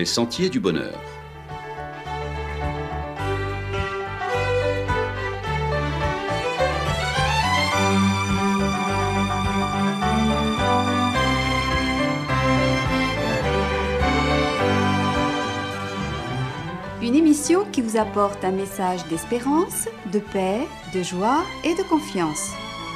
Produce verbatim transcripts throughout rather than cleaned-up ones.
les sentiers du bonheur. Une émission qui vous apporte un message d'espérance, de paix, de joie et de confiance.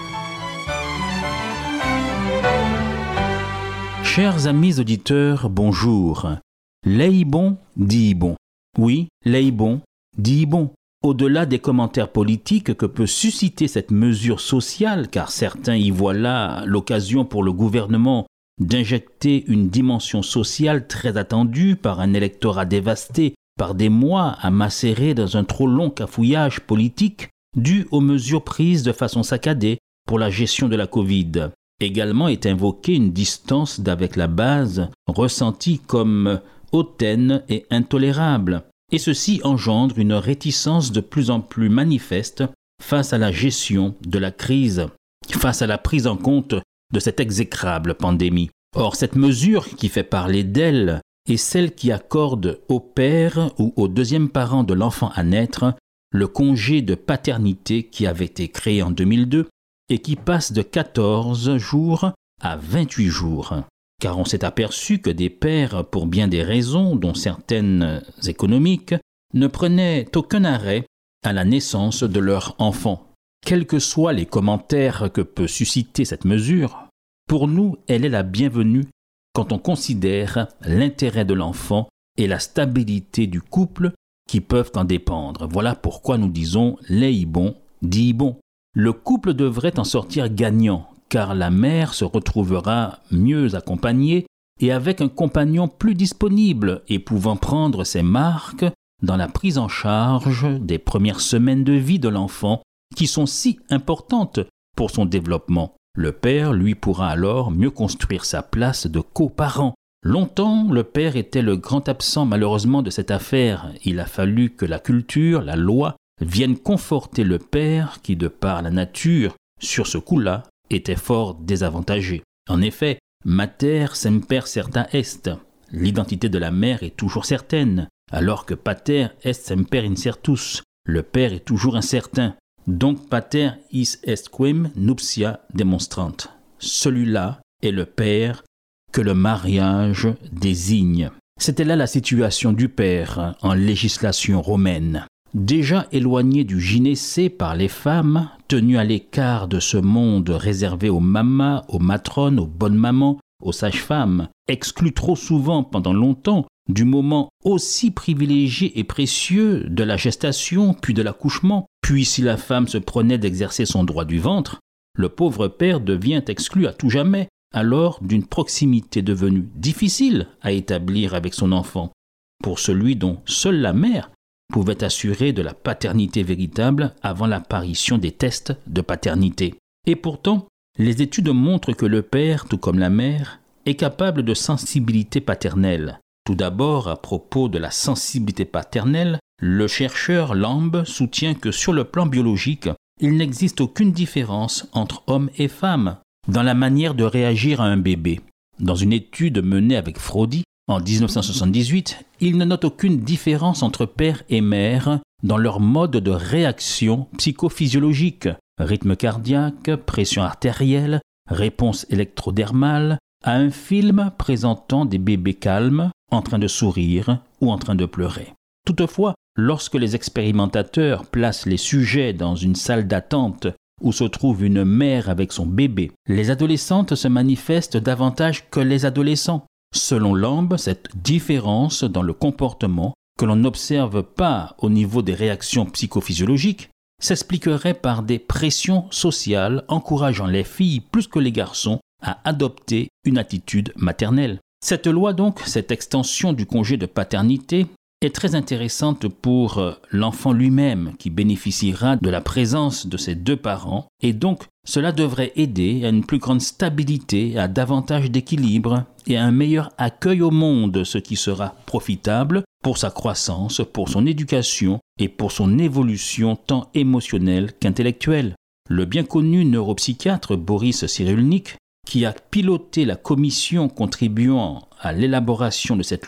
Chers amis auditeurs, bonjour. L'œil bon dit bon. Oui, l'œil bon dit bon. Au-delà des commentaires politiques que peut susciter cette mesure sociale, car certains y voient là l'occasion pour le gouvernement d'injecter une dimension sociale très attendue par un électorat dévasté par des mois à macérer dans un trop long cafouillage politique dû aux mesures prises de façon saccadée pour la gestion de la Covid. Également est invoquée une distance d'avec la base ressentie comme hautaine et intolérable. Et ceci engendre une réticence de plus en plus manifeste face à la gestion de la crise, face à la prise en compte de cette exécrable pandémie. Or, cette mesure qui fait parler d'elle est celle qui accorde au père ou au deuxième parent de l'enfant à naître le congé de paternité qui avait été créé en deux mille deux et qui passe de quatorze jours à vingt-huit jours. Car on s'est aperçu que des pères, pour bien des raisons, dont certaines économiques, ne prenaient aucun arrêt à la naissance de leur enfant. Quels que soient les commentaires que peut susciter cette mesure, pour nous, elle est la bienvenue quand on considère l'intérêt de l'enfant et la stabilité du couple qui peuvent en dépendre. Voilà pourquoi nous disons « l'œil bon dit bon ». Le couple devrait en sortir gagnant, car la mère se retrouvera mieux accompagnée et avec un compagnon plus disponible et pouvant prendre ses marques dans la prise en charge des premières semaines de vie de l'enfant qui sont si importantes pour son développement. Le père, lui, pourra alors mieux construire sa place de coparent. Longtemps, le père était le grand absent malheureusement de cette affaire. Il a fallu que la culture, la loi, viennent conforter le père qui, de par la nature, sur ce coup-là, était fort désavantagé. En effet, mater semper certa est. L'identité de la mère est toujours certaine, alors que pater est semper incertus. Le père est toujours incertain. Donc pater is est quem nuptia demonstrant. Celui-là est le père que le mariage désigne. C'était là la situation du père en législation romaine. Déjà éloigné du gynécée par les femmes, tenu à l'écart de ce monde réservé aux mamas, aux matrones, aux bonnes mamans, aux sages-femmes, exclu trop souvent pendant longtemps du moment aussi privilégié et précieux de la gestation puis de l'accouchement, puis si la femme se prenait d'exercer son droit du ventre, le pauvre père devient exclu à tout jamais, alors d'une proximité devenue difficile à établir avec son enfant, pour celui dont seule la mère pouvait assurer de la paternité véritable avant l'apparition des tests de paternité. Et pourtant, les études montrent que le père, tout comme la mère, est capable de sensibilité paternelle. Tout d'abord, à propos de la sensibilité paternelle, le chercheur Lamb soutient que sur le plan biologique, il n'existe aucune différence entre hommes et femmes dans la manière de réagir à un bébé. Dans une étude menée avec Frody, en dix-neuf cent soixante-dix-huit, il ne note aucune différence entre père et mère dans leur mode de réaction psychophysiologique, rythme cardiaque, pression artérielle, réponse électrodermale, à un film présentant des bébés calmes, en train de sourire ou en train de pleurer. Toutefois, lorsque les expérimentateurs placent les sujets dans une salle d'attente où se trouve une mère avec son bébé, les adolescentes se manifestent davantage que les adolescents. Selon Lamb, cette différence dans le comportement que l'on n'observe pas au niveau des réactions psychophysiologiques s'expliquerait par des pressions sociales encourageant les filles plus que les garçons à adopter une attitude maternelle. Cette loi donc, cette extension du congé de paternité, est très intéressante pour l'enfant lui-même qui bénéficiera de la présence de ses deux parents et donc cela devrait aider à une plus grande stabilité, à davantage d'équilibre et à un meilleur accueil au monde, ce qui sera profitable pour sa croissance, pour son éducation et pour son évolution tant émotionnelle qu'intellectuelle. Le bien connu neuropsychiatre Boris Cyrulnik, qui a piloté la commission contribuant à l'élaboration de cette loi,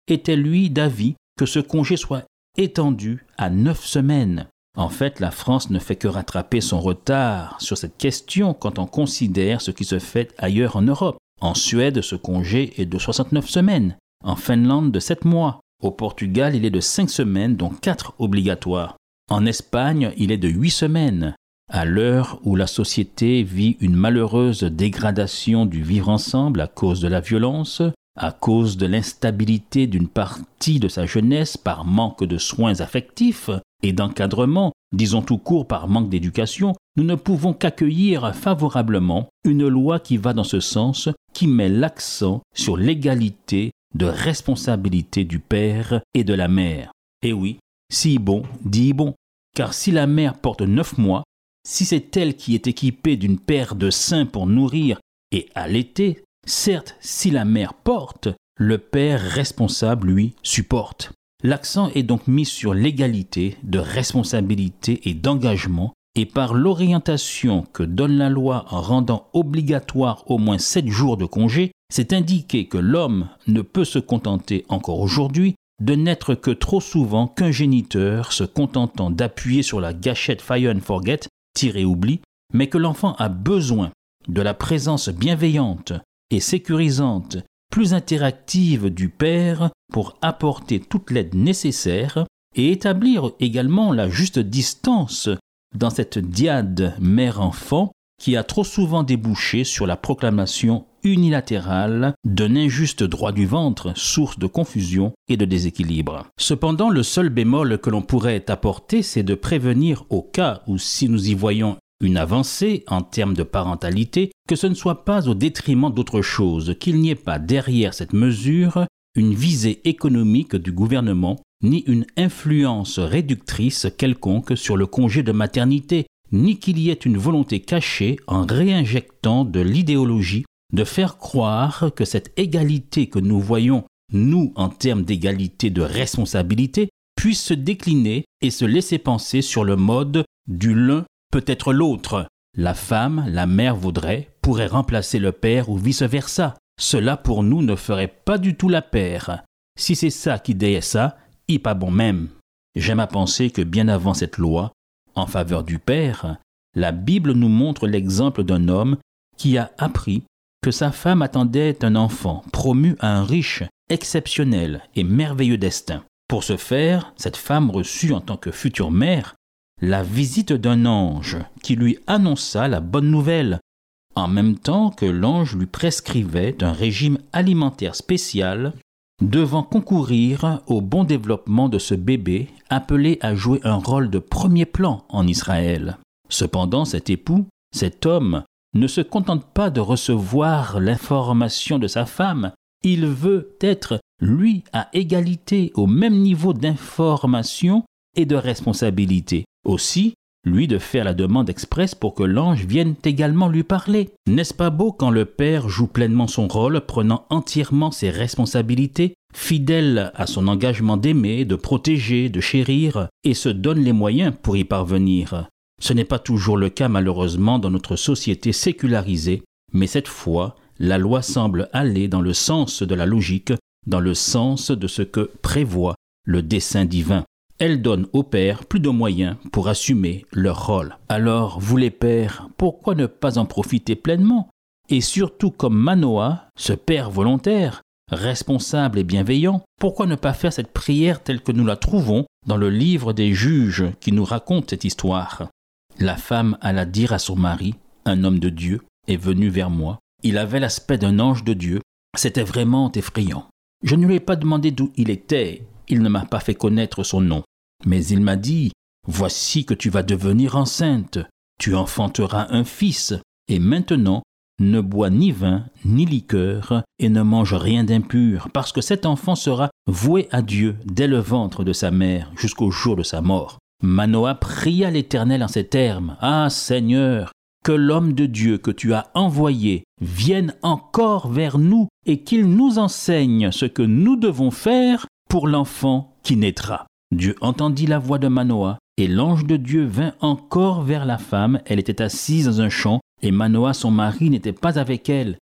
était lui d'avis que ce congé soit étendu à neuf semaines. En fait, la France ne fait que rattraper son retard sur cette question quand on considère ce qui se fait ailleurs en Europe. En Suède, ce congé est de soixante-neuf semaines. En Finlande, de sept mois. Au Portugal, il est de cinq semaines, dont quatre obligatoires. En Espagne, il est de huit semaines. À l'heure où la société vit une malheureuse dégradation du vivre ensemble à cause de la violence, à cause de l'instabilité d'une partie de sa jeunesse par manque de soins affectifs et d'encadrement, disons tout court par manque d'éducation, nous ne pouvons qu'accueillir favorablement une loi qui va dans ce sens, qui met l'accent sur l'égalité de responsabilité du père et de la mère. Et oui, si bon, dit bon, car si la mère porte neuf mois, si c'est elle qui est équipée d'une paire de seins pour nourrir et allaiter, certes, si la mère porte, le père responsable, lui, supporte. L'accent est donc mis sur l'égalité de responsabilité et d'engagement, et par l'orientation que donne la loi en rendant obligatoire au moins sept jours de congé, c'est indiqué que l'homme ne peut se contenter encore aujourd'hui de n'être que trop souvent qu'un géniteur se contentant d'appuyer sur la gâchette Fire and Forget, tirer oubli, mais que l'enfant a besoin de la présence bienveillante et sécurisante, plus interactive du père pour apporter toute l'aide nécessaire et établir également la juste distance dans cette diade mère-enfant qui a trop souvent débouché sur la proclamation unilatérale d'un injuste droit du ventre, source de confusion et de déséquilibre. Cependant, le seul bémol que l'on pourrait apporter, c'est de prévenir au cas où, si nous y voyons une avancée en termes de parentalité, que ce ne soit pas au détriment d'autre chose, qu'il n'y ait pas derrière cette mesure une visée économique du gouvernement, ni une influence réductrice quelconque sur le congé de maternité, ni qu'il y ait une volonté cachée en réinjectant de l'idéologie de faire croire que cette égalité que nous voyons, nous, en termes d'égalité de responsabilité, puisse se décliner et se laisser penser sur le mode du l'un peut-être l'autre. La femme, la mère voudrait, pourrait remplacer le père ou vice-versa. Cela pour nous ne ferait pas du tout la paire. Si c'est ça qui déait ça, y pas bon même. J'aime à penser que bien avant cette loi, en faveur du père, la Bible nous montre l'exemple d'un homme qui a appris que sa femme attendait un enfant promu à un riche, exceptionnel et merveilleux destin. Pour ce faire, cette femme reçut en tant que future mère la visite d'un ange qui lui annonça la bonne nouvelle, en même temps que l'ange lui prescrivait un régime alimentaire spécial devant concourir au bon développement de ce bébé appelé à jouer un rôle de premier plan en Israël. Cependant, cet époux, cet homme, ne se contente pas de recevoir l'information de sa femme, il veut être, lui, à égalité, au même niveau d'information et de responsabilité. Aussi, lui de faire la demande expresse pour que l'ange vienne également lui parler. N'est-ce pas beau quand le père joue pleinement son rôle, prenant entièrement ses responsabilités, fidèle à son engagement d'aimer, de protéger, de chérir, et se donne les moyens pour y parvenir. Ce n'est pas toujours le cas malheureusement dans notre société sécularisée, mais cette fois, la loi semble aller dans le sens de la logique, dans le sens de ce que prévoit le dessein divin. Elle donne aux pères plus de moyens pour assumer leur rôle. Alors, vous les pères, pourquoi ne pas en profiter pleinement? Et surtout comme Manoah, ce père volontaire, responsable et bienveillant, pourquoi ne pas faire cette prière telle que nous la trouvons dans le livre des Juges qui nous raconte cette histoire? La femme alla dire à son mari, un homme de Dieu, est venu vers moi. Il avait l'aspect d'un ange de Dieu. C'était vraiment effrayant. Je ne lui ai pas demandé d'où il était. Il ne m'a pas fait connaître son nom. Mais il m'a dit, « Voici que tu vas devenir enceinte. Tu enfanteras un fils. Et maintenant, ne bois ni vin, ni liqueur, et ne mange rien d'impur, parce que cet enfant sera voué à Dieu dès le ventre de sa mère, jusqu'au jour de sa mort. » Manoah pria l'Éternel en ces termes, « Ah Seigneur, que l'homme de Dieu que tu as envoyé vienne encore vers nous et qu'il nous enseigne ce que nous devons faire pour l'enfant qui naîtra. » Dieu entendit la voix de Manoah, et l'ange de Dieu vint encore vers la femme. Elle était assise dans un champ, et Manoah, son mari, n'était pas avec elle.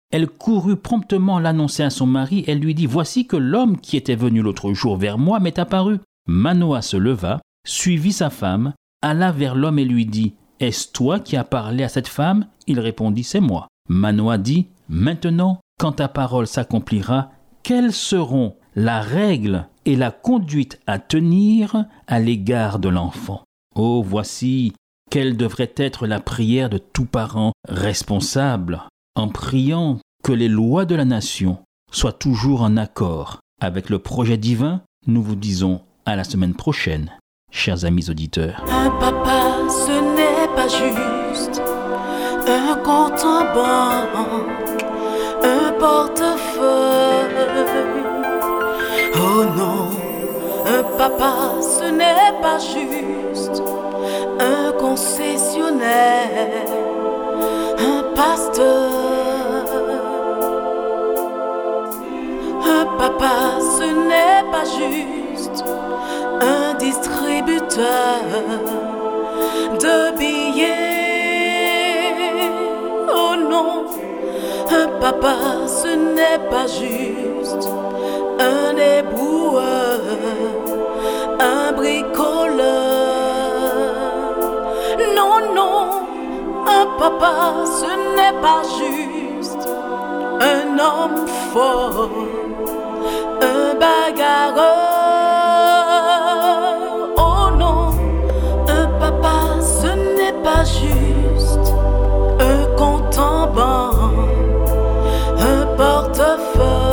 Elle courut promptement l'annoncer à son mari. Elle lui dit « Voici que l'homme qui était venu l'autre jour vers moi m'est apparu. » Manoah se leva, suivit sa femme, alla vers l'homme et lui dit « Est-ce toi qui as parlé à cette femme ?» Il répondit « C'est moi. » Manoah dit « Maintenant, quand ta parole s'accomplira, quelles seront la règle et la conduite à tenir à l'égard de l'enfant ? Oh, voici quelle devrait être la prière de tout parent responsable, en priant que les lois de la nation soient toujours en accord avec le projet divin. Nous vous disons à la semaine prochaine, chers amis auditeurs. Un papa, ce n'est pas juste un compte en banque, un portefeuille. Oh non, un papa, ce n'est pas juste un concessionnaire, un pasteur. Un papa, ce n'est pas juste un distributeur de billets. Oh non, un papa, ce n'est pas juste un éboueur, un bricoleur. Non, non, un papa, ce n'est pas juste un homme fort, un bagarreur. Oh non, un papa, ce n'est pas juste un compte en banque, un portefeuille.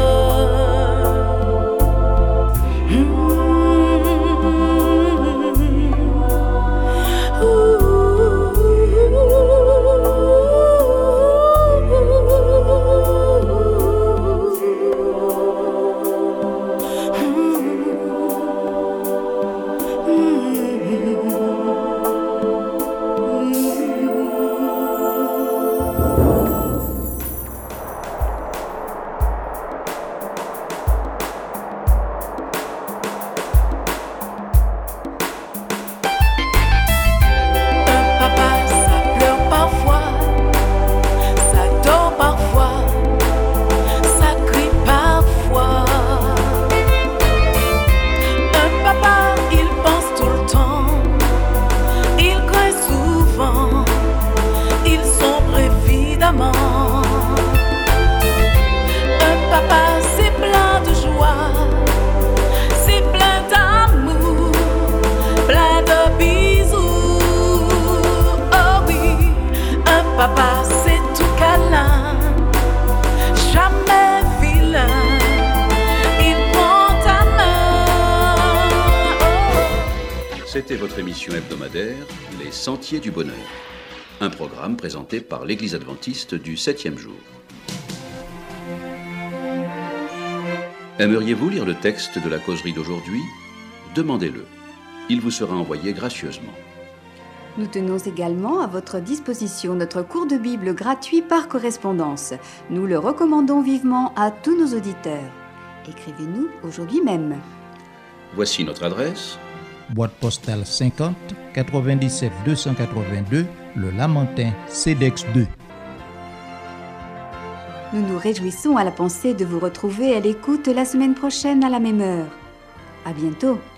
C'était votre émission hebdomadaire, Les Sentiers du Bonheur. Un programme présenté par l'Église adventiste du septième jour. Aimeriez-vous lire le texte de la causerie d'aujourd'hui ? Demandez-le. Il vous sera envoyé gracieusement. Nous tenons également à votre disposition notre cours de Bible gratuit par correspondance. Nous le recommandons vivement à tous nos auditeurs. Écrivez-nous aujourd'hui même. Voici notre adresse. Boîte postale cinquante, quatre-vingt-dix-sept deux cent quatre-vingt-deux, Le Lamentin, CEDEX deux. Nous nous réjouissons à la pensée de vous retrouver à l'écoute la semaine prochaine à la même heure. À bientôt.